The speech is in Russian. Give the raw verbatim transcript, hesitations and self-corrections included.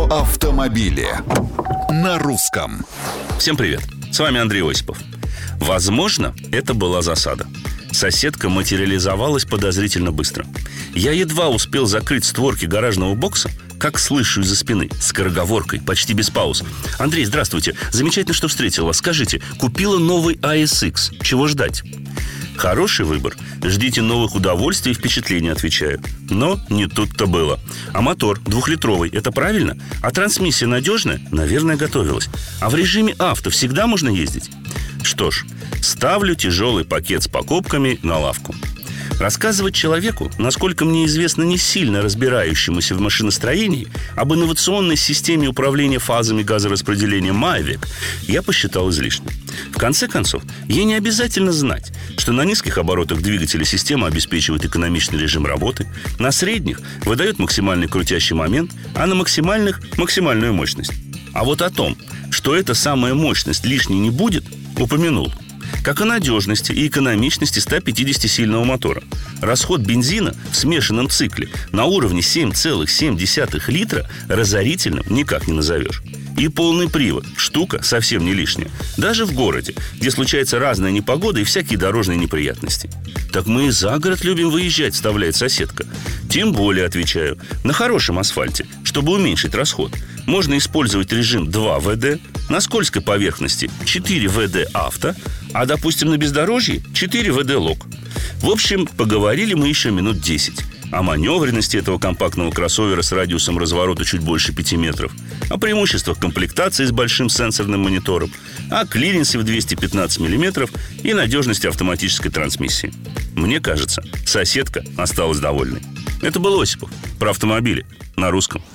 Про автомобили на русском. Всем привет, с вами Андрей Осипов. Возможно, это была засада. Соседка материализовалась подозрительно быстро. Я едва успел закрыть створки гаражного бокса, как слышу из-за спины, скороговоркой, почти без пауз: Андрей, здравствуйте, замечательно, что встретил вас. Скажите, купила новый а эс икс, чего ждать? Хороший выбор. Ждите новых удовольствий и впечатлений, отвечаю. Но не тут-то было. А мотор двухлитровый, это правильно? А трансмиссия надежная? Наверное, готовилась. А в режиме авто всегда можно ездить? Что ж, ставлю тяжелый пакет с покупками на лавку. Рассказывать человеку, насколько мне известно, не сильно разбирающемуся в машиностроении, об инновационной системе управления фазами газораспределения Mavic я посчитал излишним. В конце концов, ей не обязательно знать, что на низких оборотах двигателя система обеспечивает экономичный режим работы, на средних выдает максимальный крутящий момент, а на максимальных – максимальную мощность. А вот о том, что эта самая мощность лишней не будет, упомянул. Как о надежности и экономичности ста пятидесятисильного мотора. Расход бензина в смешанном цикле на уровне семь целых семь десятых литра разорительным никак не назовешь. И полный привод – штука совсем не лишняя. Даже в городе, где случается разная непогода и всякие дорожные неприятности. Так мы и за город любим выезжать, вставляет соседка. Тем более, отвечаю, на хорошем асфальте, чтобы уменьшить расход, можно использовать режим два вэ дэ, на скользкой поверхности четыре вэ дэ авто, а, допустим, на бездорожье четыре вэ дэ лок. В общем, поговорили мы еще минут десять. О маневренности этого компактного кроссовера с радиусом разворота чуть больше пяти метров, о преимуществах комплектации с большим сенсорным монитором, о клиренсе в двести пятнадцать миллиметров и надежности автоматической трансмиссии. Мне кажется, соседка осталась довольной. Это был Осипов про автомобили на русском.